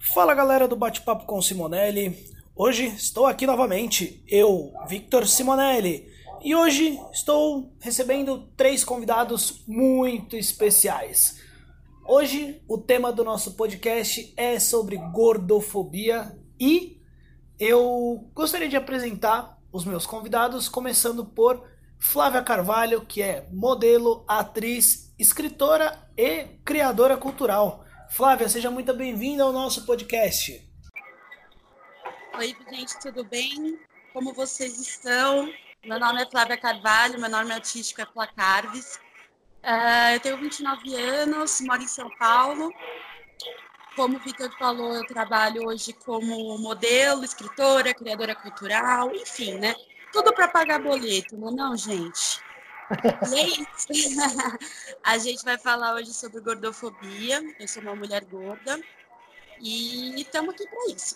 Fala galera do Bate-Papo com Simonelli. Hoje estou aqui novamente, eu, Victor Simonelli, e hoje estou recebendo três convidados muito especiais. Hoje o tema do nosso podcast é sobre gordofobia e eu gostaria de apresentar os meus convidados, começando por Flávia Carvalho, que é modelo, atriz, escritora e criadora cultural. Flávia, seja muito bem-vinda ao nosso podcast. Oi, gente, tudo bem? Como vocês estão? Meu nome é Flávia Carvalho, meu nome artístico é Placarves. Eu tenho 29 anos, moro em São Paulo. Como o Victor falou, eu trabalho hoje como modelo, escritora, criadora cultural, enfim, né? Tudo para pagar boleto, não é não, gente? E é isso. A gente vai falar hoje sobre gordofobia. Eu sou uma mulher gorda e estamos aqui para isso.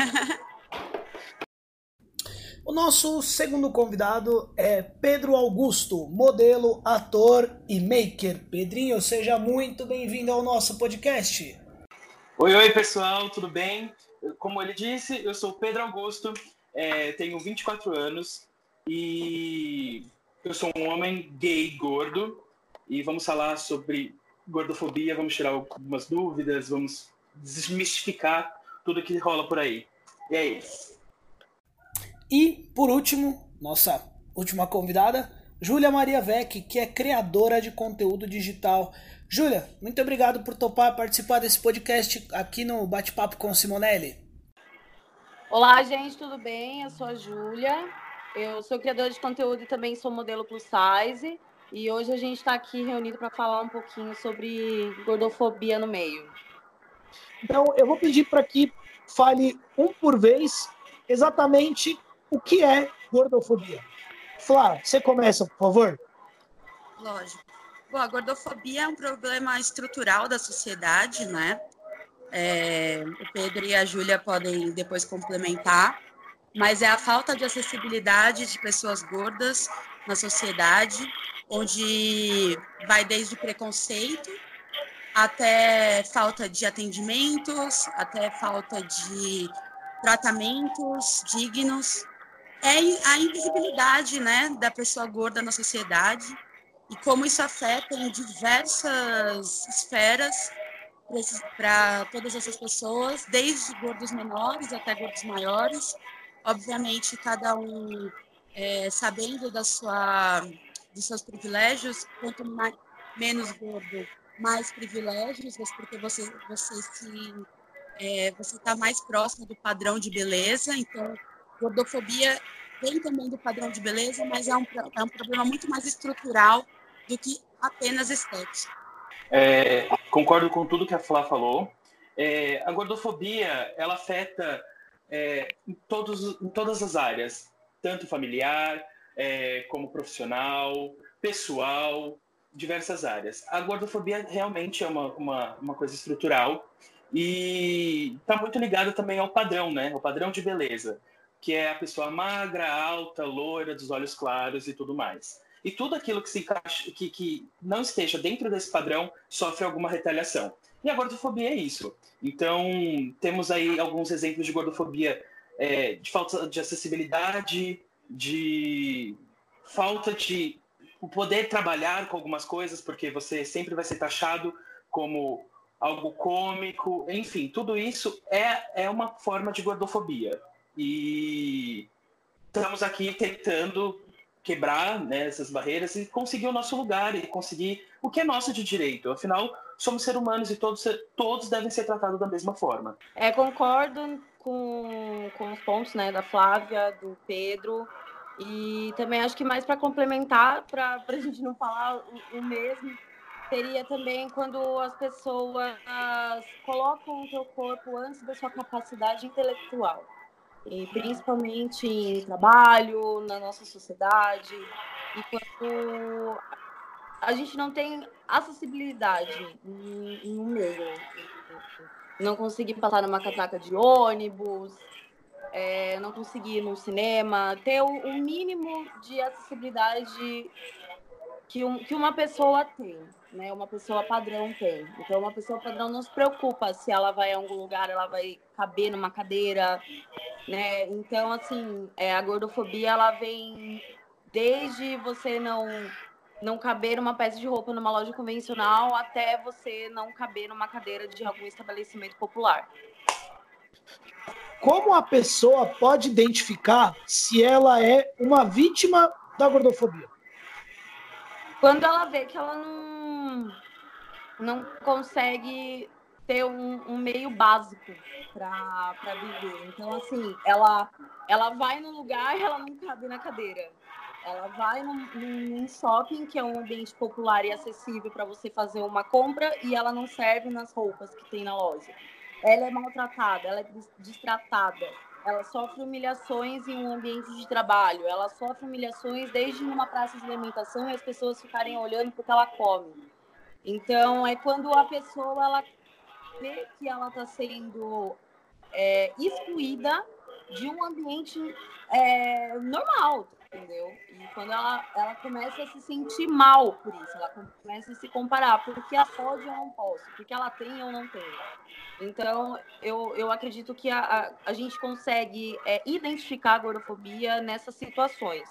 O nosso segundo convidado é Pedro Augusto, modelo, ator e maker. Pedrinho, seja muito bem-vindo ao nosso podcast. Oi, pessoal, tudo bem? Como ele disse, eu sou Pedro Augusto, tenho 24 anos e eu sou um homem gay gordo e vamos falar sobre gordofobia, vamos tirar algumas dúvidas, vamos desmistificar tudo que rola por aí. E é isso. E, por último, nossa última convidada, Júlia Maria Vec, que é criadora de conteúdo digital. Júlia, muito obrigado por topar participar desse podcast aqui no Bate-Papo com Simonelli. Olá, gente, tudo bem? Eu sou a Júlia, eu sou criadora de conteúdo e também sou modelo plus size. E hoje a gente está aqui reunido para falar um pouquinho sobre gordofobia no meio. Então, eu vou pedir para que fale um por vez exatamente o que é gordofobia. Flá, você começa, por favor? Lógico. Bom, a gordofobia é um problema estrutural da sociedade, né? O Pedro e a Júlia podem depois complementar, mas é a falta de acessibilidade de pessoas gordas na sociedade, onde vai desde o preconceito até falta de atendimentos, até falta de tratamentos dignos. É a invisibilidade, né, da pessoa gorda na sociedade e como isso afeta em diversas esferas para todas essas pessoas, desde gordos menores até gordos maiores. Obviamente, cada um sabendo dos seus privilégios, quanto menos gordo, mais privilégios, porque você está mais próximo do padrão de beleza. Então, gordofobia vem também do padrão de beleza, mas é um problema muito mais estrutural do que apenas estético. Concordo com tudo que a Flá falou. A gordofobia, ela afeta em todas as áreas, tanto familiar, como profissional, pessoal, diversas áreas. A gordofobia realmente é uma coisa estrutural e está muito ligada também ao padrão, né? O padrão de beleza, que é a pessoa magra, alta, loira, dos olhos claros e tudo mais. E tudo aquilo que se encaixa, que não esteja dentro desse padrão sofre alguma retaliação. E a gordofobia é isso. Então, temos aí alguns exemplos de gordofobia, de falta de acessibilidade, de falta de poder trabalhar com algumas coisas, porque você sempre vai ser taxado como algo cômico. Enfim, tudo isso é uma forma de gordofobia. E estamos aqui tentando quebrar, né, essas barreiras e conseguir o nosso lugar e conseguir o que é nosso de direito. Afinal, somos seres humanos e todos devem ser tratados da mesma forma. Concordo com os pontos, né, da Flávia, do Pedro, e também acho que mais para complementar, para a gente não falar o mesmo, seria também quando as pessoas colocam o teu corpo antes da sua capacidade intelectual. E principalmente em trabalho, na nossa sociedade, e quando a gente não tem acessibilidade no meio, não conseguir passar numa catraca de ônibus, não conseguir ir no cinema, ter o mínimo de acessibilidade que uma pessoa tem, né? Uma pessoa padrão tem. Então, uma pessoa padrão não se preocupa se ela vai a algum lugar, ela vai caber numa cadeira, né? Então, assim, a gordofobia, ela vem desde você não caber uma peça de roupa numa loja convencional até você não caber numa cadeira de algum estabelecimento popular. Como a pessoa pode identificar se ela é uma vítima da gordofobia? Quando ela vê que ela não consegue ter um meio básico para viver. Então, assim, ela vai no lugar e ela não cabe na cadeira. Ela vai num shopping, que é um ambiente popular e acessível para você fazer uma compra, e ela não serve nas roupas que tem na loja. Ela é maltratada, ela é destratada. Ela sofre humilhações em um ambiente de trabalho. Ela sofre humilhações desde numa praça de alimentação e as pessoas ficarem olhando porque ela come. Então, é quando a pessoa ela vê que ela está sendo excluída de um ambiente normal, entendeu? E quando ela começa a se sentir mal por isso, ela começa a se comparar, porque ela pode ou não posso, porque ela tem ou não tem. Então, eu acredito que a gente consegue identificar a gordofobia nessas situações.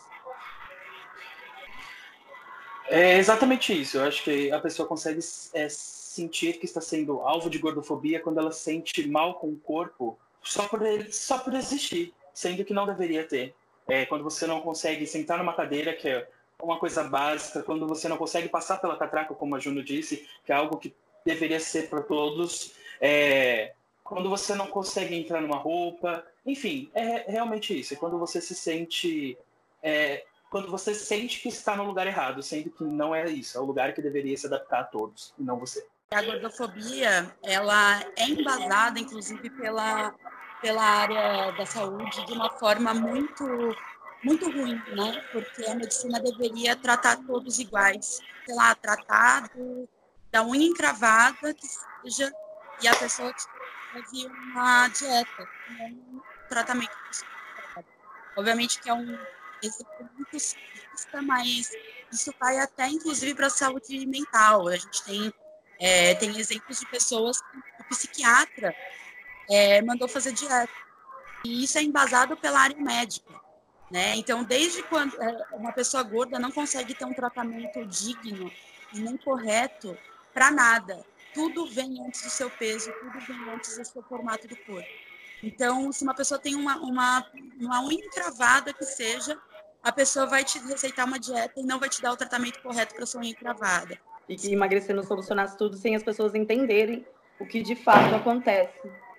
É exatamente isso. Eu acho que a pessoa consegue sentir que está sendo alvo de gordofobia quando ela se sente mal com o corpo só por existir, sendo que não deveria ter. Quando você não consegue sentar numa cadeira, que é uma coisa básica, quando você não consegue passar pela catraca, como a Juno disse, que é algo que deveria ser para todos, quando você não consegue entrar numa roupa, enfim, é realmente isso. É quando você se sente... quando você sente que está no lugar errado, sendo que não é isso, é o lugar que deveria se adaptar a todos, e não você. A gordofobia, ela é embasada, inclusive, pela área da saúde de uma forma muito, muito ruim, né? Porque a medicina deveria tratar todos iguais. Sei lá, tratar da unha encravada, que seja, e a pessoa fazer uma dieta, um tratamento. Obviamente que é um exemplo muito simplista, mas isso vai até, inclusive, para a saúde mental. A gente tem exemplos de pessoas que o psiquiatra mandou fazer dieta. E isso é embasado pela área médica, né? Então, desde quando uma pessoa gorda não consegue ter um tratamento digno e nem correto para nada. Tudo vem antes do seu peso, tudo vem antes do seu formato do corpo. Então, se uma pessoa tem uma unha encravada que seja, a pessoa vai te receitar uma dieta e não vai te dar o tratamento correto para sua unha encravada. E que emagrecer não solucionasse tudo sem as pessoas entenderem o que de fato acontece.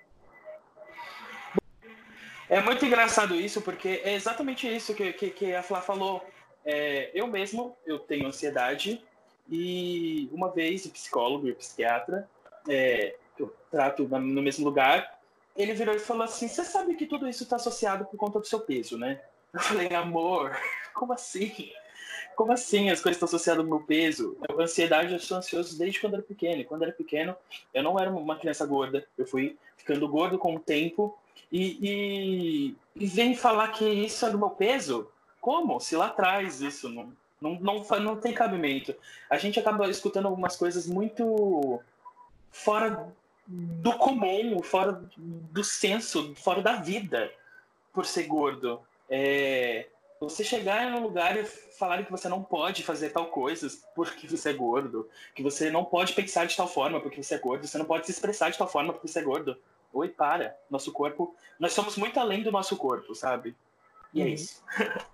É muito engraçado isso, porque é exatamente isso que a Flá falou. Eu tenho ansiedade, e uma vez o psicólogo e o psiquiatra, que eu trato no mesmo lugar, ele virou e falou assim: você sabe que tudo isso está associado por conta do seu peso, né? Eu falei: amor, como assim? Como assim as coisas estão associadas ao meu peso? A ansiedade, eu sou ansioso desde quando era pequeno. E quando era pequeno, eu não era uma criança gorda. Eu fui ficando gordo com o tempo. E vem falar que isso é do meu peso? Como? Se lá atrás isso não tem cabimento. A gente acaba escutando algumas coisas muito fora do comum, fora do senso, fora da vida, por ser gordo. Você chegar em um lugar e falarem que você não pode fazer tal coisa porque você é gordo, que você não pode pensar de tal forma porque você é gordo, você não pode se expressar de tal forma porque você é gordo. Oi, para. Nosso corpo... Nós somos muito além do nosso corpo, sabe? E é isso.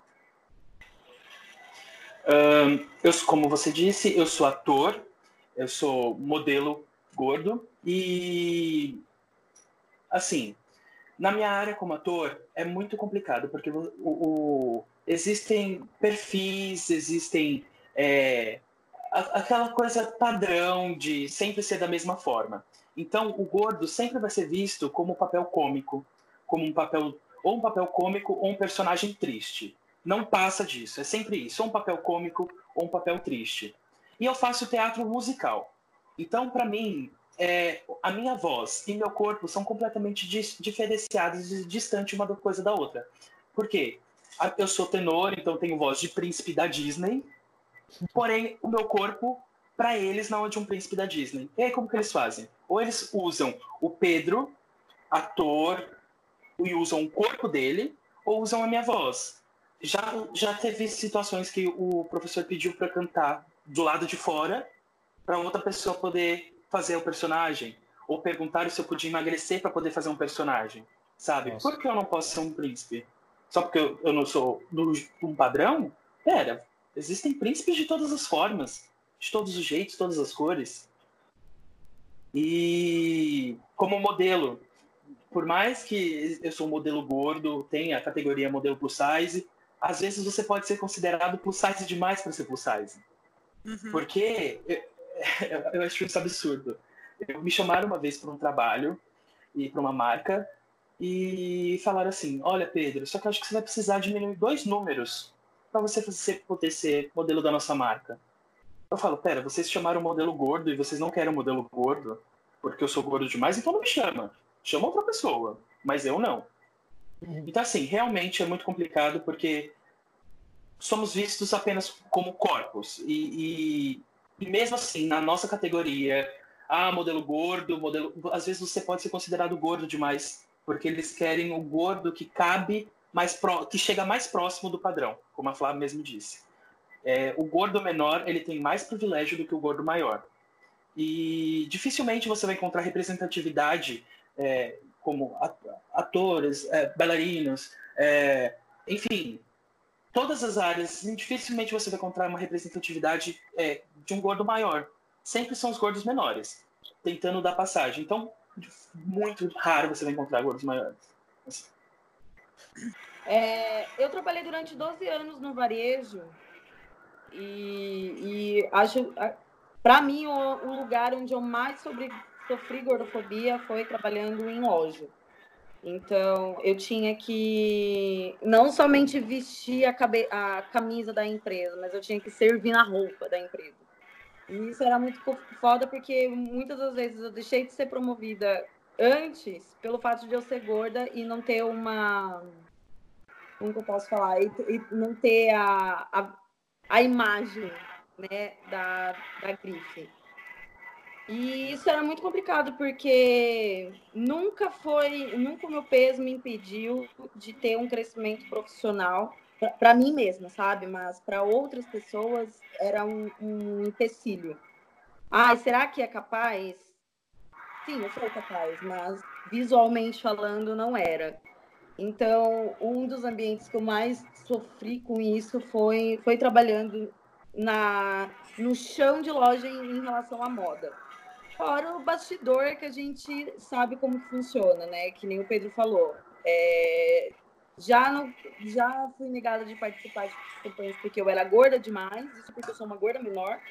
Como você disse, eu sou ator, eu sou modelo gordo e... Assim, na minha área como ator é muito complicado, porque existem perfis, existem aquela coisa padrão de sempre ser da mesma forma. Então, o gordo sempre vai ser visto como um papel cômico, como um papel cômico ou um personagem triste. Não passa disso, é sempre isso, ou um papel cômico ou um papel triste. E eu faço teatro musical. Então, para mim, a minha voz e meu corpo são completamente diferenciados e distantes uma coisa da outra. Por quê? Eu sou tenor, então tenho voz de príncipe da Disney, porém o meu corpo, para eles, não é de um príncipe da Disney. E aí como que eles fazem? Ou eles usam o Pedro, ator, e usam o corpo dele, ou usam a minha voz. Já teve situações que o professor pediu para cantar do lado de fora, para outra pessoa poder fazer o personagem, ou perguntaram se eu podia emagrecer para poder fazer um personagem, sabe? Nossa. Por que eu não posso ser um príncipe? Só porque eu não sou um padrão? Pera, existem príncipes de todas as formas, de todos os jeitos, todas as cores. E como modelo, por mais que eu sou um modelo gordo, tenha a categoria modelo plus size, às vezes você pode ser considerado plus size demais para ser plus size. Porque eu acho isso absurdo. Me chamaram uma vez para um trabalho e para uma marca e falaram assim: olha, Pedro, só que eu acho que você vai precisar diminuir 2 números para você poder ser modelo da nossa marca. Eu falo: pera, vocês chamaram o modelo gordo e vocês não querem o modelo gordo porque eu sou gordo demais, então não me chama. Chama outra pessoa, mas eu não. Então, assim, realmente é muito complicado porque somos vistos apenas como corpos. E mesmo assim, na nossa categoria, modelo gordo, às vezes você pode ser considerado gordo demais, porque eles querem o gordo que cabe que chega mais próximo do padrão, como a Flávia mesmo disse. O gordo menor, ele tem mais privilégio do que o gordo maior. E dificilmente você vai encontrar representatividade como atores, bailarinos, enfim, todas as áreas, dificilmente você vai encontrar uma representatividade de um gordo maior. Sempre são os gordos menores, tentando dar passagem. Então, muito raro você vai encontrar gordos maiores. Assim. Eu trabalhei durante 12 anos no varejo e acho, para mim, o lugar onde eu mais sofri gordofobia foi trabalhando em loja. Então, eu tinha que não somente vestir a camisa da empresa, mas eu tinha que servir na roupa da empresa. E isso era muito foda, porque muitas das vezes eu deixei de ser promovida antes pelo fato de eu ser gorda e não ter uma... Como que eu posso falar? E não ter a imagem, né, da grife. E isso era muito complicado, porque nunca o meu peso me impediu de ter um crescimento profissional para mim mesma, sabe? Mas para outras pessoas era um empecilho. Será que é capaz? Sim, eu sou capaz, mas visualmente falando não era. Então, um dos ambientes que eu mais sofri com isso foi trabalhando no chão de loja em relação à moda. Fora o bastidor, que a gente sabe como que funciona, né? Que nem o Pedro falou. Já fui negada de participar de campanhas porque eu era gorda demais, isso porque eu sou uma gorda menor.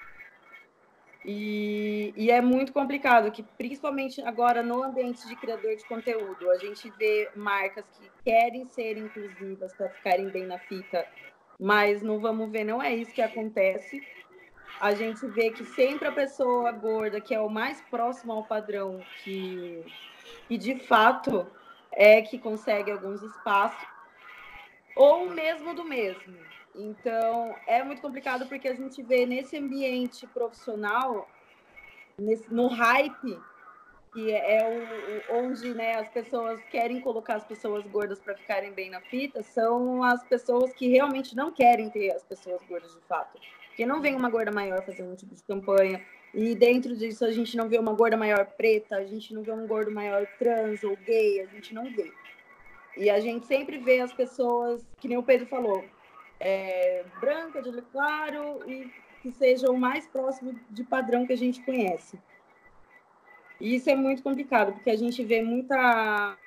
E é muito complicado, que principalmente agora no ambiente de criador de conteúdo, a gente vê marcas que querem ser inclusivas para ficarem bem na fita, mas no Vamos Ver não é isso que acontece. A gente vê que sempre a pessoa gorda, que é o mais próximo ao padrão, que de fato é que consegue alguns espaços, ou mesmo do mesmo. Então, é muito complicado, porque a gente vê nesse ambiente profissional, no hype, que onde, né, as pessoas querem colocar as pessoas gordas para ficarem bem na fita, são as pessoas que realmente não querem ter as pessoas gordas de fato. Porque não vem uma gorda maior fazer um tipo de campanha, e dentro disso a gente não vê uma gorda maior preta, a gente não vê um gordo maior trans ou gay, a gente não vê. E a gente sempre vê as pessoas, que nem o Pedro falou, branca, de olho claro, e que sejam o mais próximo de padrão que a gente conhece. E isso é muito complicado, porque a gente vê muita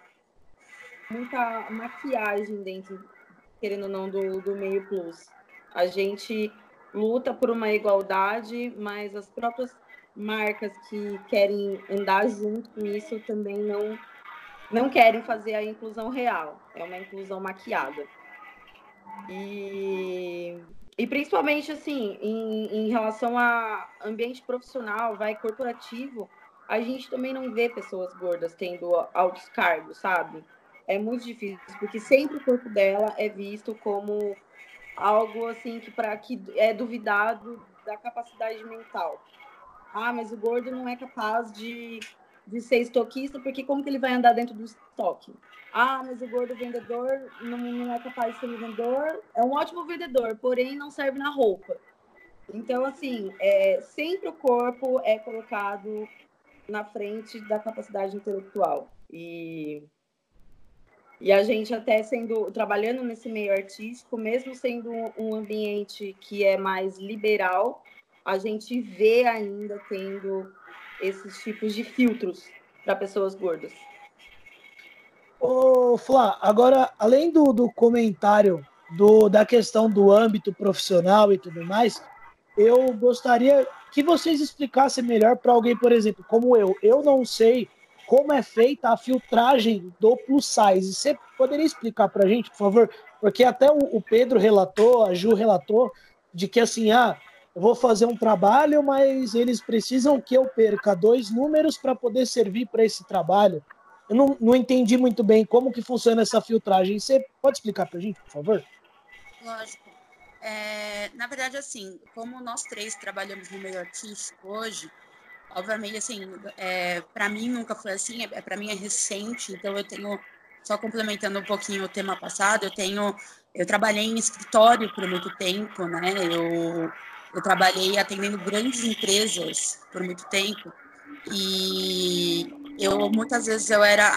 maquiagem dentro, querendo ou não, do meio plus. A gente luta por uma igualdade, mas as próprias marcas que querem andar junto com isso também não querem fazer a inclusão real. É uma inclusão maquiada. E principalmente, assim, em relação a ambiente profissional, corporativo, a gente também não vê pessoas gordas tendo altos cargos, sabe? É muito difícil, porque sempre o corpo dela é visto como algo assim que é duvidado da capacidade mental. Ah, mas o gordo não é capaz de ser estoquista, porque como que ele vai andar dentro do estoque? Ah, mas o gordo vendedor não é capaz de ser vendedor, é um ótimo vendedor, porém não serve na roupa. Então, assim, sempre o corpo é colocado na frente da capacidade intelectual. E a gente até trabalhando nesse meio artístico, mesmo sendo um ambiente que é mais liberal, a gente vê ainda tendo esses tipos de filtros para pessoas gordas. Ô, Flá, agora, além do comentário da questão do âmbito profissional e tudo mais, eu gostaria que vocês explicassem melhor para alguém, por exemplo, como eu. Eu não sei como é feita a filtragem do plus size. Você poderia explicar para a gente, por favor? Porque até o Pedro relatou, a Ju relatou, de que assim, eu vou fazer um trabalho, mas eles precisam que eu perca 2 números para poder servir para esse trabalho. Eu não entendi muito bem como que funciona essa filtragem. Você pode explicar para a gente, por favor? Lógico. Na verdade, assim, como nós três trabalhamos no meio artístico hoje, obviamente, assim, para mim nunca foi assim, para mim é recente, então eu tenho, só complementando um pouquinho o tema passado, eu trabalhei em escritório por muito tempo, né, eu trabalhei atendendo grandes empresas por muito tempo, e muitas vezes eu era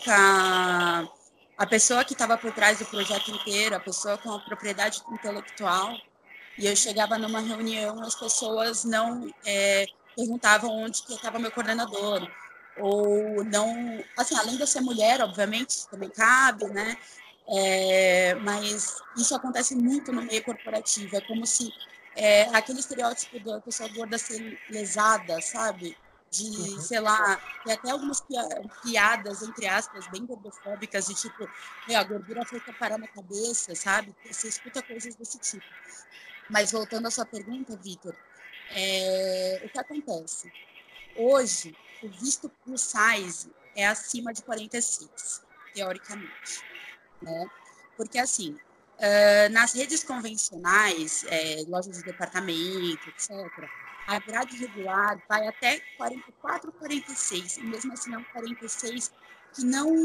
a pessoa que estava por trás do projeto inteiro, a pessoa com a propriedade intelectual, e eu chegava numa reunião, as pessoas não perguntavam onde que estava meu coordenador, ou não, assim, além de eu ser mulher, obviamente, isso também cabe, né? Mas isso acontece muito no meio corporativo, é como se aquele estereótipo da pessoa gorda ser lesada, sabe? De, sei lá, tem até algumas piadas, entre aspas, bem gordofóbicas, de tipo, a gordura foi parar na cabeça, sabe? Você escuta coisas desse tipo. Mas voltando à sua pergunta, Vitor, o que acontece? Hoje, o visto plus size é acima de 46, teoricamente, né? Porque, assim, nas redes convencionais, lojas de departamento, etc., a grade regular vai até 44, 46, e mesmo assim é um 46 que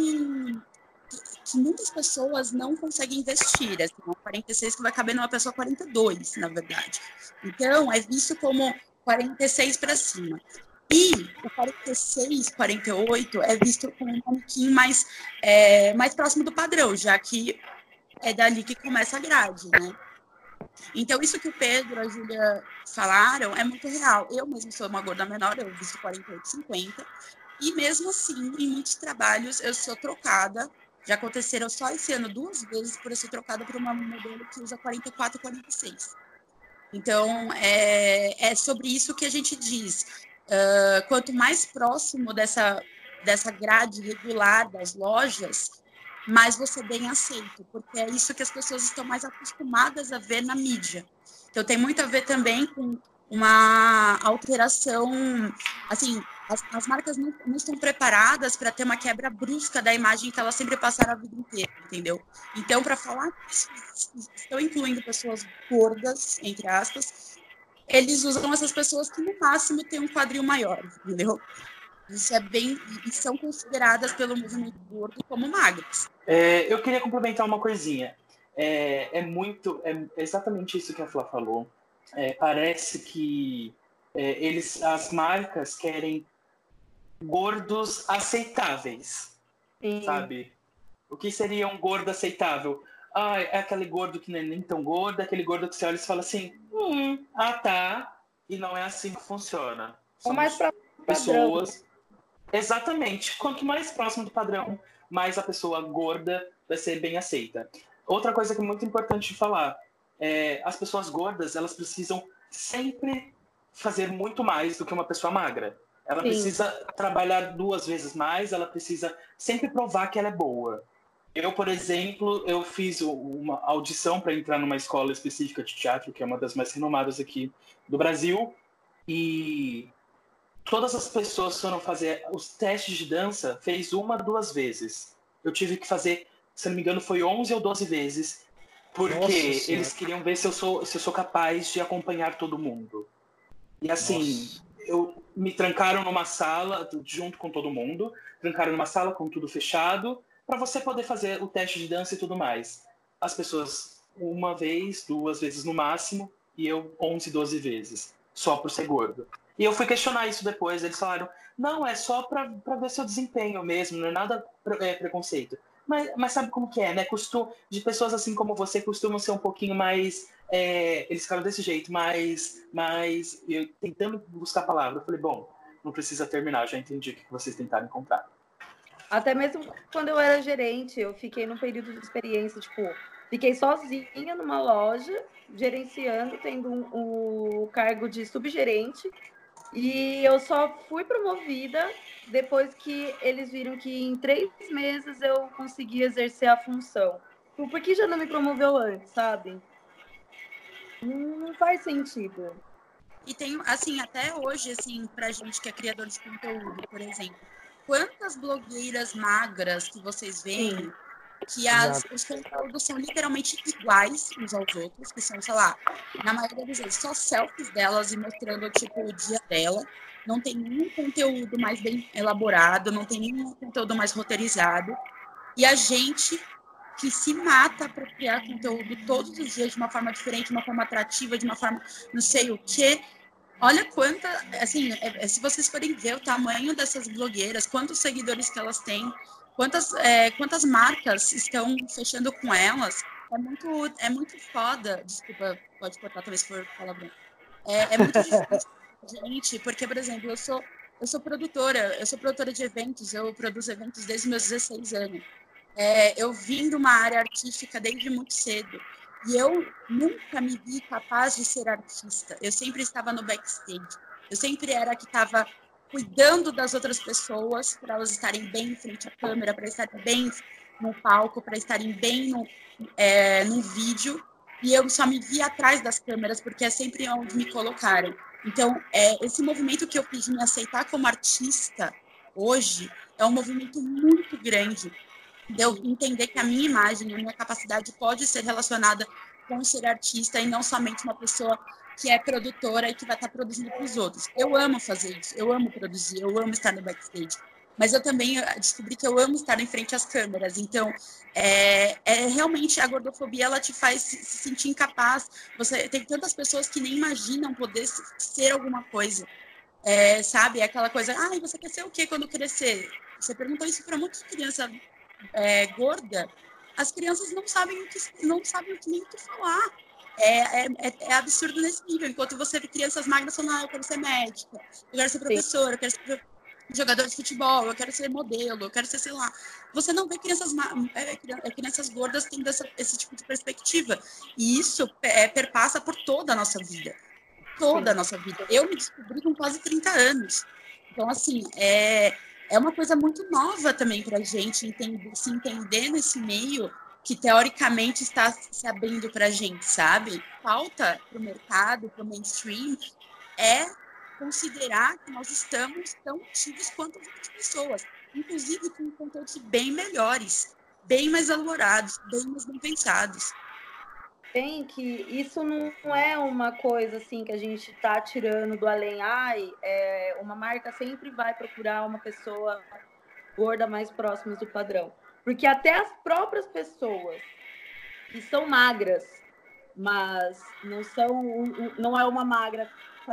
muitas pessoas não conseguem investir, assim, é um 46 que vai caber numa pessoa 42, na verdade. Então, é visto como 46 para cima. E o 46, 48 é visto como um manequim mais próximo do padrão, já que é dali que começa a grade, né? Então, isso que o Pedro e a Júlia falaram é muito real. Eu mesmo sou uma gorda menor, eu visto 48, 50, e mesmo assim, em muitos trabalhos, eu sou trocada. Já aconteceram só esse ano 2 vezes por eu ser trocada por uma modelo que usa 44 e 46. Então, é sobre isso que a gente diz. Quanto mais próximo dessa grade regular das lojas, mais você é bem aceito, porque é isso que as pessoas estão mais acostumadas a ver na mídia. Então, tem muito a ver também com uma alteração, assim, as marcas não estão preparadas para ter uma quebra brusca da imagem que elas sempre passaram a vida inteira, entendeu? Então, para falar que estão incluindo pessoas gordas, entre aspas, eles usam essas pessoas que, no máximo, têm um quadril maior, entendeu? Isso e são consideradas pelo movimento gordo como magras. Eu queria complementar uma coisinha. É exatamente isso que a Flá falou. Parece que as marcas querem gordos aceitáveis, sabe? O que seria um gordo aceitável? É aquele gordo que não é nem tão gordo, aquele gordo que você olha e fala assim, tá, e não é assim que funciona. Ou mais para pessoas... Exatamente. Quanto mais próximo do padrão, mais a pessoa gorda vai ser bem aceita. Outra coisa que é muito importante de falar, as pessoas gordas, elas precisam sempre fazer muito mais do que uma pessoa magra. Ela precisa trabalhar 2 vezes mais, ela precisa sempre provar que ela é boa. Eu, por exemplo, eu fiz uma audição para entrar numa escola específica de teatro, que é uma das mais renomadas aqui do Brasil, e todas as pessoas que foram fazer os testes de dança fez 1, 2 vezes. Eu tive que fazer, se não me engano, foi 11 ou 12 vezes. Porque Nossa Senhora. eles queriam ver se eu sou capaz de acompanhar todo mundo. E assim, me trancaram numa sala junto com todo mundo, trancaram numa sala com tudo fechado, para você poder fazer o teste de dança e tudo mais. As pessoas, uma vez, 2 vezes no máximo, e eu 11, 12 vezes, só por ser gordo. E eu fui questionar isso depois, eles falaram, não, é só para ver seu desempenho mesmo, não é nada preconceito. Mas sabe como que é, né? De pessoas assim como você costumam ser um pouquinho mais... eles ficaram desse jeito, mas eu tentando buscar a palavra. Eu falei, bom, não precisa terminar, já entendi o que vocês tentaram encontrar. Até mesmo quando eu era gerente, eu fiquei num período de experiência, tipo, fiquei sozinha numa loja, gerenciando, tendo o cargo de subgerente, e eu só fui promovida depois que eles viram que em 3 meses eu conseguia exercer a função. Por que já não me promoveu antes, sabe? Não faz sentido. E tem, assim, até hoje, assim, pra gente que é criador de conteúdo, por exemplo, quantas blogueiras magras que vocês veem que os conteúdos são literalmente iguais uns aos outros, que são, sei lá, na maioria das vezes, só selfies delas e mostrando, tipo, o dia dela. Não tem nenhum conteúdo mais bem elaborado, não tem nenhum conteúdo mais roteirizado. E a gente que se mata para criar conteúdo todos os dias de uma forma diferente, de uma forma atrativa, de uma forma não sei o quê. Olha quanta, assim, se vocês forem ver o tamanho dessas blogueiras, quantos seguidores que elas têm, quantas marcas estão fechando com elas, é muito foda. Desculpa, pode cortar também se for palavrão. É muito difícil, gente, porque, por exemplo, eu sou produtora de eventos, eu produzo eventos desde meus 16 anos. Eu vim de uma área artística desde muito cedo. E eu nunca me vi capaz de ser artista. Eu sempre estava no backstage. Eu sempre era a que estava cuidando das outras pessoas para elas estarem bem em frente à câmera, para estarem bem no palco, para estarem bem no vídeo. E eu só me vi atrás das câmeras, porque é sempre onde me colocaram. Então, esse movimento que eu fiz de me aceitar como artista hoje é um movimento muito grande, de eu entender que a minha imagem, a minha capacidade pode ser relacionada com ser artista e não somente uma pessoa que é produtora e que vai estar produzindo para os outros. Eu amo fazer isso, eu amo produzir, eu amo estar no backstage. Mas eu também descobri que eu amo estar em frente às câmeras. Então, realmente a gordofobia, ela te faz se sentir incapaz. Você tem tantas pessoas que nem imaginam poder ser alguma coisa. Sabe? É aquela coisa, você quer ser o quê quando crescer? Você perguntou isso para muitas crianças gorda, as crianças não sabem o que nem o que falar. É absurdo nesse nível. Enquanto você vê crianças magras falando, eu quero ser médica, eu quero ser professora, eu quero ser jogador de futebol, eu quero ser modelo, eu quero ser, sei lá. Você não vê crianças gordas tendo esse tipo de perspectiva. E isso perpassa por toda a nossa vida. Toda a nossa vida. Eu me descobri com quase 30 anos. Então, assim, é uma coisa muito nova também para a gente se entender nesse meio que, teoricamente, está se abrindo para a gente, sabe? Falta para o mercado, para o mainstream, é considerar que nós estamos tão ativos quanto as outras pessoas, inclusive com conteúdos bem melhores, bem mais elaborados, bem mais bem pensados. Tem que isso não é uma coisa assim que a gente está tirando do além. Uma marca sempre vai procurar uma pessoa gorda mais próxima do padrão. Porque até as próprias pessoas que são magras, mas não é uma magra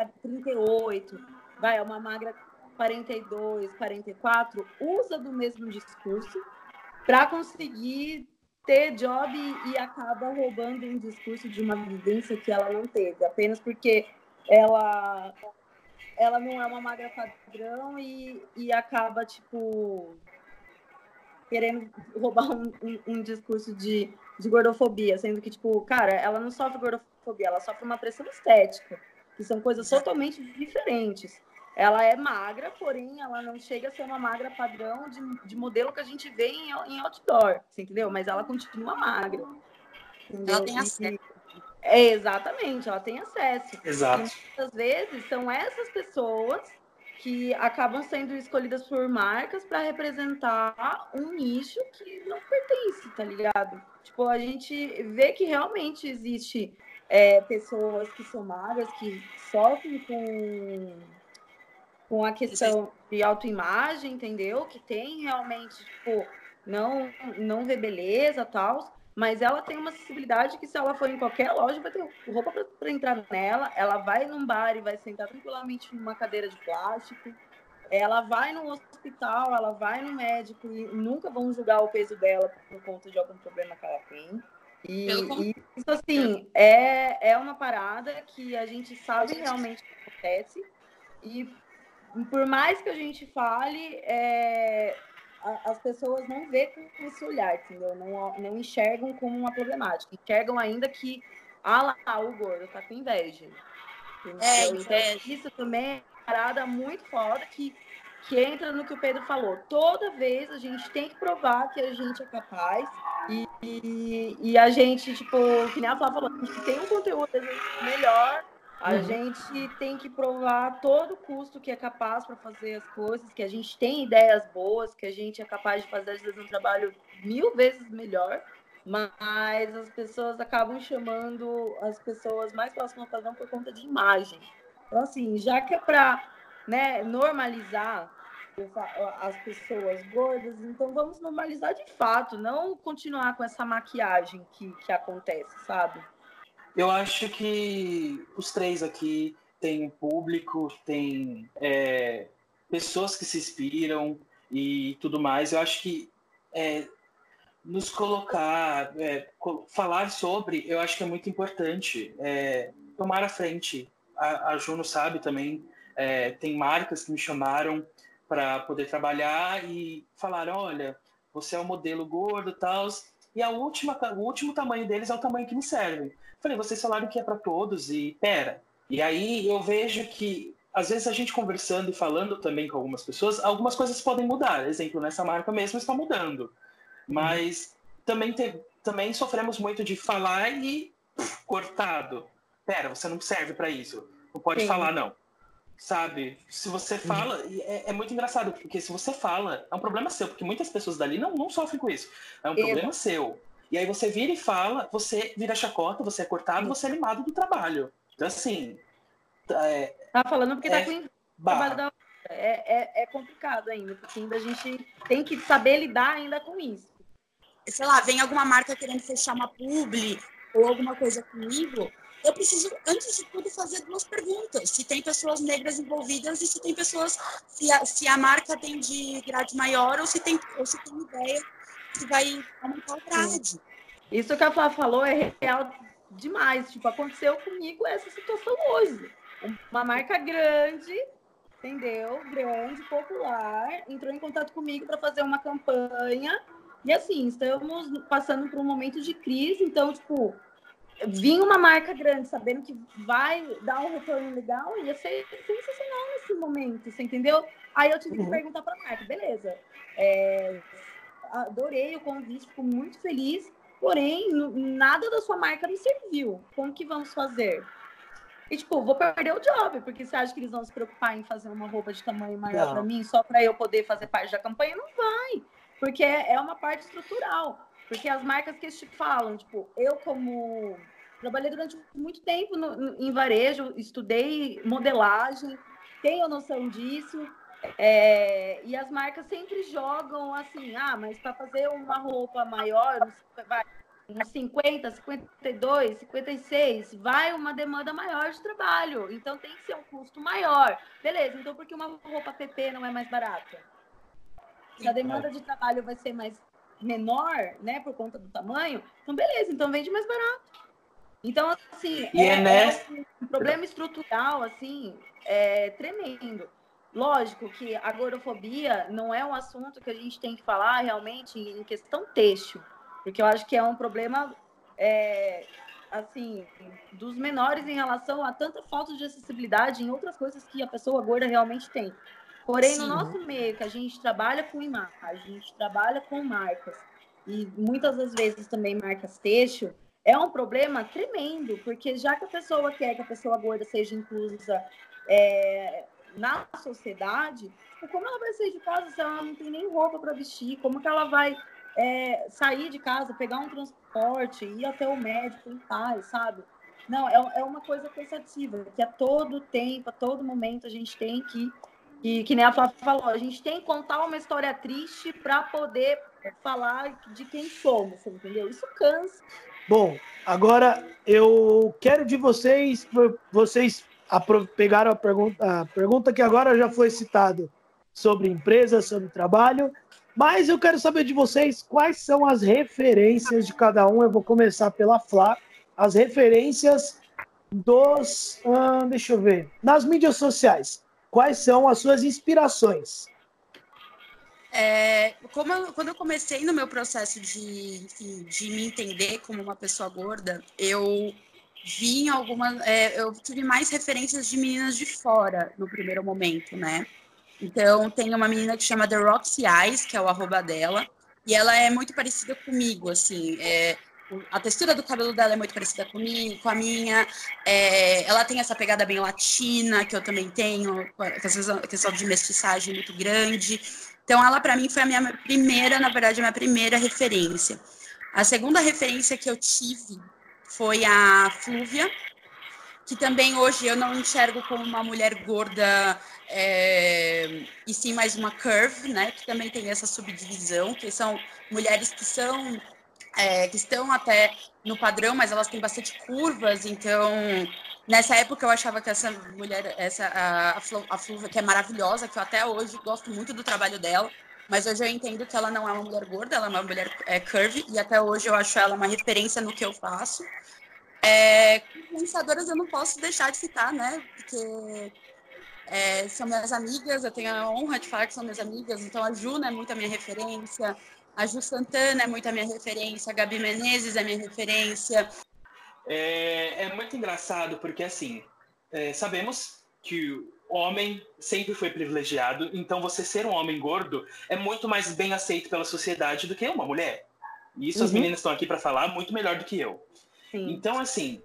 38, é uma magra 42, 44, usa do mesmo discurso para conseguir ter job e acaba roubando um discurso de uma vivência que ela não teve, apenas porque ela não é uma magra padrão e acaba, tipo, querendo roubar um discurso de gordofobia, sendo que, tipo, cara, ela não sofre gordofobia, ela sofre uma pressão estética, que são coisas totalmente diferentes. Ela é magra, porém ela não chega a ser uma magra padrão de modelo que a gente vê em outdoor, você entendeu? Mas ela continua magra. Entendeu? Ela tem acesso. Exatamente, ela tem acesso. Exato. E muitas vezes são essas pessoas que acabam sendo escolhidas por marcas para representar um nicho que não pertence, tá ligado? Tipo, a gente vê que realmente existe pessoas que são magras, que sofrem com a questão de autoimagem, entendeu? Que tem realmente, tipo, não vê beleza e tal, mas ela tem uma acessibilidade que se ela for em qualquer loja, vai ter roupa para entrar nela, ela vai num bar e vai sentar tranquilamente numa cadeira de plástico, ela vai no hospital, ela vai no médico e nunca vão julgar o peso dela por conta de algum problema que ela tem. E isso, assim, é uma parada que a gente sabe realmente que acontece e por mais que a gente fale, as pessoas não vê com esse olhar, entendeu? Não enxergam como uma problemática. Enxergam ainda que, lá, o gordo tá com inveja. Entendeu? Então, isso também é uma parada muito foda que entra no que o Pedro falou. Toda vez a gente tem que provar que a gente é capaz e a gente, tipo, que nem a Flávia falou, a gente tem um conteúdo melhor. A gente tem que provar a todo custo que é capaz para fazer as coisas, que a gente tem ideias boas, que a gente é capaz de fazer, às vezes, um trabalho 1000 vezes melhor, mas as pessoas acabam chamando as pessoas mais próximas ao padrão por conta de imagem. Então, assim, já que é para, né, normalizar as pessoas gordas, então vamos normalizar de fato, não continuar com essa maquiagem que acontece, sabe? Eu acho que os três aqui têm um público, tem pessoas que se inspiram e tudo mais. Eu acho que nos colocar, falar sobre, eu acho que é muito importante. Tomar a frente. A Juno sabe também, tem marcas que me chamaram para poder trabalhar e falaram, olha, você é um modelo gordo e tal, e o último tamanho deles é o tamanho que me serve. Falei, vocês falaram que é para todos e pera. E aí eu vejo que às vezes a gente conversando e falando também com algumas pessoas, algumas coisas podem mudar. Exemplo, nessa marca mesmo está mudando. Mas também sofremos muito de falar e cortado. Pera, você não serve para isso. Não pode falar, não. Sabe? Se você fala... É muito engraçado, porque se você fala, é um problema seu, porque muitas pessoas dali não sofrem com isso. É um problema seu. E aí você vira e fala, você vira chacota, você é cortado, você é limado do trabalho. Então, assim... Tá falando porque tá com o trabalho da outra. É complicado ainda, porque ainda a gente tem que saber lidar ainda com isso. Sei lá, vem alguma marca querendo fechar uma publi ou alguma coisa comigo, eu preciso, antes de tudo, fazer 2 perguntas. Se tem pessoas negras envolvidas e se tem pessoas... Se a marca tem de grade maior ou se tem ideia que vai aumentar o grade. Isso que a Flávia falou é real demais. Tipo, aconteceu comigo essa situação hoje. Uma marca grande, entendeu? Grande, popular, entrou em contato comigo para fazer uma campanha. E assim, estamos passando por um momento de crise, então, tipo, vir uma marca grande sabendo que vai dar um retorno legal ia ser sensacional nesse momento, você entendeu? Aí eu tive que perguntar para a marca, beleza, adorei o convite, fico muito feliz, porém, nada da sua marca me serviu. Como que vamos fazer? E, tipo, vou perder o job, porque você acha que eles vão se preocupar em fazer uma roupa de tamanho maior para mim, só para eu poder fazer parte da campanha? Não vai, porque é uma parte estrutural. Porque as marcas que te falam, tipo, eu como... Trabalhei durante muito tempo em varejo, estudei modelagem, tenho noção disso, e as marcas sempre jogam assim, mas para fazer uma roupa maior, vai uns 50, 52, 56, vai uma demanda maior de trabalho. Então tem que ser um custo maior. Beleza, então por que uma roupa PP não é mais barata? Se a demanda de trabalho vai ser menor, né, por conta do tamanho, então beleza, então vende mais barato. Então, assim, um problema estrutural, assim, tremendo. Lógico que a gordofobia não é um assunto que a gente tem que falar realmente em questão têxtil, porque eu acho que é um problema, assim, dos menores em relação a tanta falta de acessibilidade em outras coisas que a pessoa gorda realmente tem. Porém, no nosso meio, que a gente trabalha com imagem, a gente trabalha com marcas, e muitas das vezes também marcas têxtil, é um problema tremendo, porque já que a pessoa quer que a pessoa gorda seja inclusa na sociedade, como ela vai sair de casa se ela não tem nem roupa para vestir? Como que ela vai sair de casa, pegar um transporte, ir até o médico em paz, sabe? Não, é uma coisa cansativa, que a todo tempo, a todo momento, a gente tem que nem a Flávia falou, a gente tem que contar uma história triste para poder falar de quem somos, entendeu? Isso cansa. Bom, agora eu quero de vocês pegaram a pergunta que agora já foi citado sobre empresa, sobre trabalho, mas eu quero saber de vocês quais são as referências de cada um. Eu vou começar pela Flá, as referências deixa eu ver, nas mídias sociais. Quais são as suas inspirações? Quando eu comecei no meu processo de me entender como uma pessoa gorda, eu vi eu tive mais referências de meninas de fora no primeiro momento, né? Então, tem uma menina que chama The Roxy Eyes, que é o @ dela, e ela é muito parecida comigo, assim, a textura do cabelo dela é muito parecida comigo, com a minha, ela tem essa pegada bem latina, que eu também tenho, com essa questão de mestiçagem muito grande. Então, ela, para mim, foi na verdade, a minha primeira referência. A segunda referência que eu tive foi a Flúvia, que também hoje eu não enxergo como uma mulher gorda, e sim mais uma curve, né? Que também tem essa subdivisão, que são mulheres que estão até no padrão, mas elas têm bastante curvas. Então, nessa época eu achava que essa mulher, a Flúvia, que é maravilhosa, que eu até hoje gosto muito do trabalho dela, mas hoje eu entendo que ela não é uma mulher gorda, ela é uma mulher curvy, e até hoje eu acho ela uma referência no que eu faço. Influenciadoras eu não posso deixar de citar, né? Porque são minhas amigas, eu tenho a honra de falar que são minhas amigas, então a Ju é muito a minha referência, a Ju Santana é muito a minha referência, a Gabi Menezes é a minha referência. É muito engraçado porque, assim, sabemos que o homem sempre foi privilegiado, então você ser um homem gordo é muito mais bem aceito pela sociedade do que uma mulher. E isso as meninas estão aqui para falar muito melhor do que eu. Sim. Então, assim,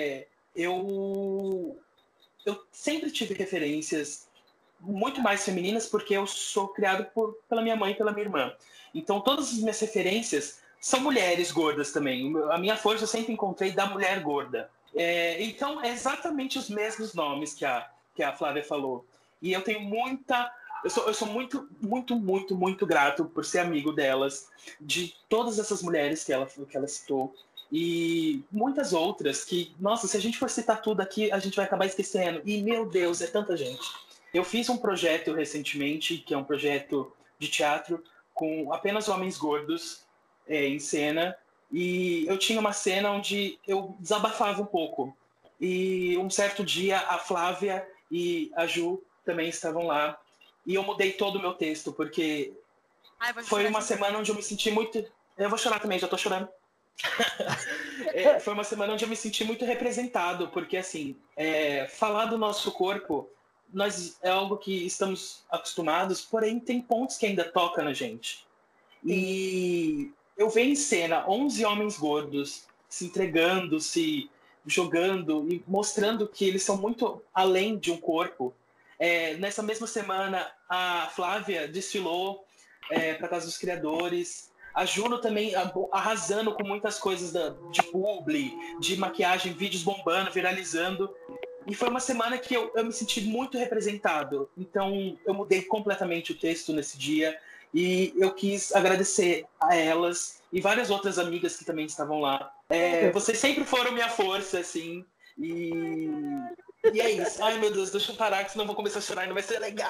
eu sempre tive referências muito mais femininas porque eu sou criado pela minha mãe e pela minha irmã. Então, todas as minhas referências são mulheres gordas também. A minha força eu sempre encontrei da mulher gorda. Então, é exatamente os mesmos nomes que a Flávia falou. E eu tenho muita... Eu sou muito, muito, muito, muito grato por ser amigo delas, de todas essas mulheres que ela citou. E muitas outras que, nossa, se a gente for citar tudo aqui, a gente vai acabar esquecendo. E, meu Deus, é tanta gente. Eu fiz um projeto recentemente, que é um projeto de teatro, com apenas homens gordos em cena. E eu tinha uma cena onde eu desabafava um pouco. E um certo dia, a Flávia e a Ju também estavam lá. E eu mudei todo o meu texto, porque foi uma semana onde eu me senti muito... Eu vou chorar também, já tô chorando. Foi uma semana onde eu me senti muito representado, porque assim, falar do nosso corpo é algo que estamos acostumados, porém tem pontos que ainda tocam na gente. E eu ver em cena 11 homens gordos se entregando, se jogando e mostrando que eles são muito além de um corpo. Nessa mesma semana a Flávia desfilou para Casa dos Criadores. A Juno também arrasando com muitas coisas de publi, de maquiagem, vídeos bombando, viralizando. E foi uma semana que eu me senti muito representado. Então, eu mudei completamente o texto nesse dia. E eu quis agradecer a elas e várias outras amigas que também estavam lá. Vocês sempre foram minha força, assim. E é isso. Ai, meu Deus, deixa eu parar, que senão eu vou começar a chorar e não vai ser legal.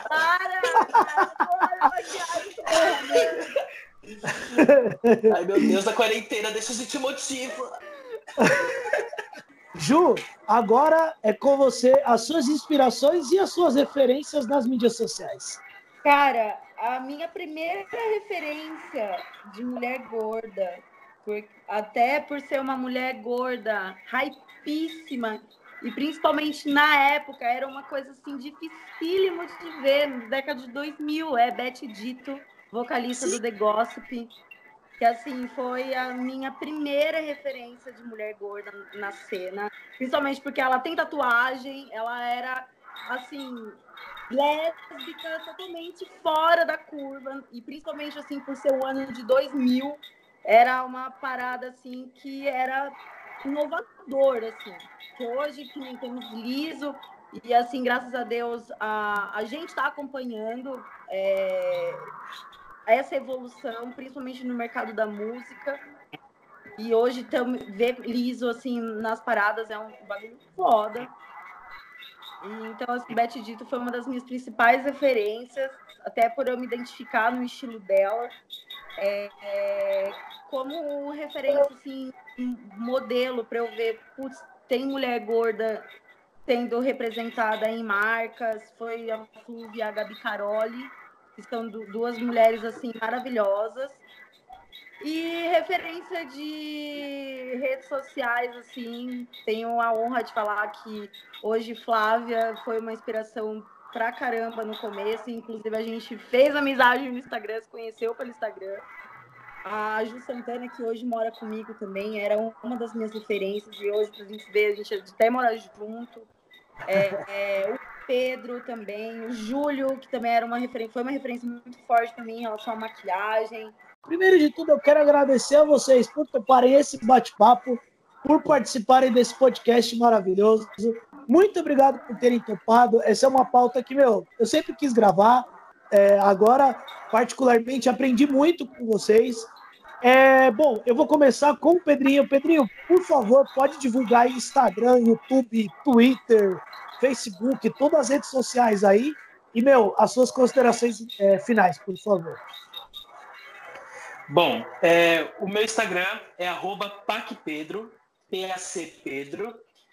Ai, meu Deus, a quarentena deixa a gente motivo. Ju, agora é com você as suas inspirações e as suas referências nas mídias sociais. Cara, a minha primeira referência de mulher gorda, até por ser uma mulher gorda, hypíssima, e principalmente na época, era uma coisa assim dificílimo de ver, na década de 2000, Beth Ditto, vocalista do The Gossip, que assim foi a minha primeira referência de mulher gorda na cena, principalmente porque ela tem tatuagem, ela era assim lésbica, totalmente fora da curva, e principalmente assim por ser o ano de 2000, era uma parada assim que era inovador, assim, que hoje que nem temos liso, e assim, graças a Deus, a gente está acompanhando essa evolução, principalmente no mercado da música, e hoje ver liso assim nas paradas é um bagulho foda. Então, assim, Beth Dito foi uma das minhas principais referências, até por eu me identificar no estilo dela, como referência, assim, modelo para eu ver, putz, tem mulher gorda sendo representada em marcas, foi a Flúvia e a Gabi Caroli, que são duas mulheres, assim, maravilhosas. E referência de redes sociais, assim, tenho a honra de falar que hoje Flávia foi uma inspiração pra caramba no começo, inclusive a gente fez amizade no Instagram, se conheceu pelo Instagram. A Ju Santana, que hoje mora comigo também, era uma das minhas referências, e hoje, pra gente ver, a gente até mora junto. O Pedro também, o Júlio, que também era foi uma referência muito forte para mim em relação à maquiagem. Primeiro de tudo, eu quero agradecer a vocês por toparem esse bate-papo, por participarem desse podcast maravilhoso. Muito obrigado por terem topado. Essa é uma pauta que, eu sempre quis gravar. Agora, particularmente, aprendi muito com vocês. Bom, eu vou começar com o Pedrinho. Pedrinho, por favor, pode divulgar aí Instagram, YouTube, Twitter, Facebook, todas as redes sociais aí. E, as suas considerações finais, por favor. Bom, o meu Instagram é @pacpedro, PACPedro,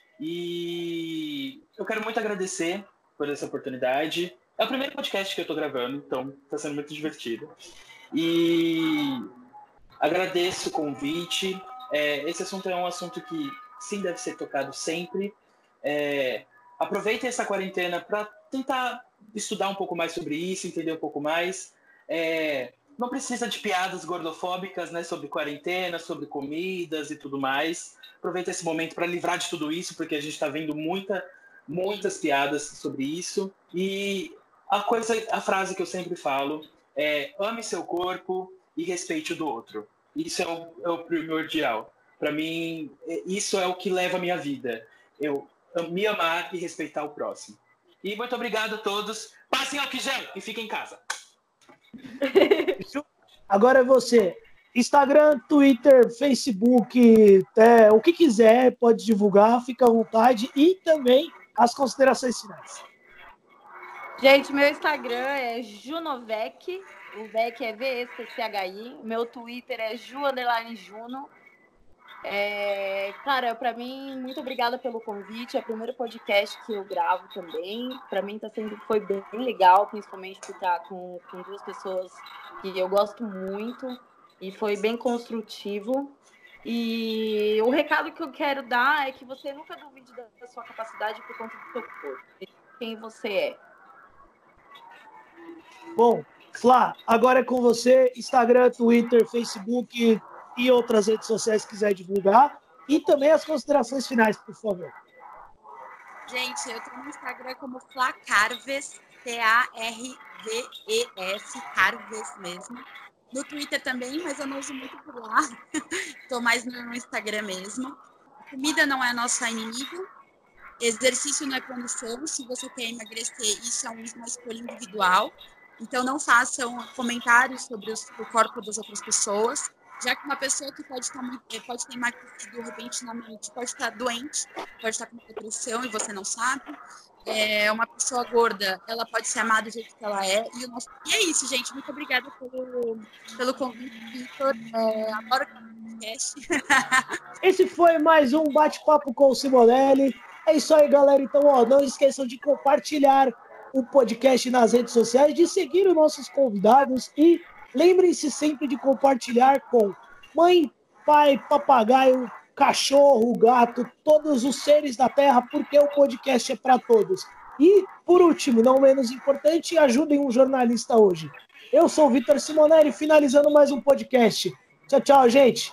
e eu quero muito agradecer por essa oportunidade. É o primeiro podcast que eu estou gravando, então está sendo muito divertido. E agradeço o convite. Esse assunto é um assunto que sim deve ser tocado sempre. Aproveitem essa quarentena para tentar estudar um pouco mais sobre isso, entender um pouco mais. Não precisa de piadas gordofóbicas, né, sobre quarentena, sobre comidas e tudo mais. Aproveita esse momento para livrar de tudo isso, porque a gente está vendo muitas piadas sobre isso. E a frase que eu sempre falo é: ame seu corpo e respeite o do outro. Isso é o primordial. Para mim, isso é o que leva a minha vida. Eu me amar e respeitar o próximo. E muito obrigado a todos. Passem álcool gel e fiquem em casa. Agora é você. Instagram, Twitter, Facebook, o que quiser, pode divulgar, fica à vontade. E também as considerações finais. Gente, meu Instagram é Junovec, o Vec é VECCHI, meu Twitter é Ju_Juno. Cara, para mim, muito obrigada pelo convite. É o primeiro podcast que eu gravo também. Para mim foi bem legal, principalmente por estar com duas pessoas que eu gosto muito, e foi bem construtivo. E o recado que eu quero dar é que você nunca duvide da sua capacidade por conta do seu corpo, quem você é. Bom, Flá, agora é com você. Instagram, Twitter, Facebook e outras redes sociais que quiser divulgar. E também as considerações finais, por favor. Gente, eu tenho no Instagram como Flá Carves, Carves, Carves mesmo. No Twitter também, mas eu não uso muito por lá. Estou mais no Instagram mesmo. Comida não é nossa inimiga. Exercício não é condição. Se você quer emagrecer, isso é uma escolha individual. Então, não façam comentários sobre o corpo das outras pessoas, já que uma pessoa que pode ter emagrecido repentinamente pode estar doente, pode estar com depressão e você não sabe. Uma pessoa gorda, ela pode ser amada do jeito que ela é. E é isso, gente. Muito obrigada pelo convite, Victor. Adoro o podcast. Esse foi mais um bate-papo com o Simonelli. É isso aí, galera. Então, não esqueçam de compartilhar o podcast nas redes sociais, de seguir os nossos convidados e lembrem-se sempre de compartilhar com mãe, pai, papagaio, cachorro, gato, todos os seres da Terra, porque o podcast é para todos. E, por último, não menos importante, ajudem um jornalista hoje. Eu sou o Victor Simonelli, finalizando mais um podcast. Tchau, tchau, gente.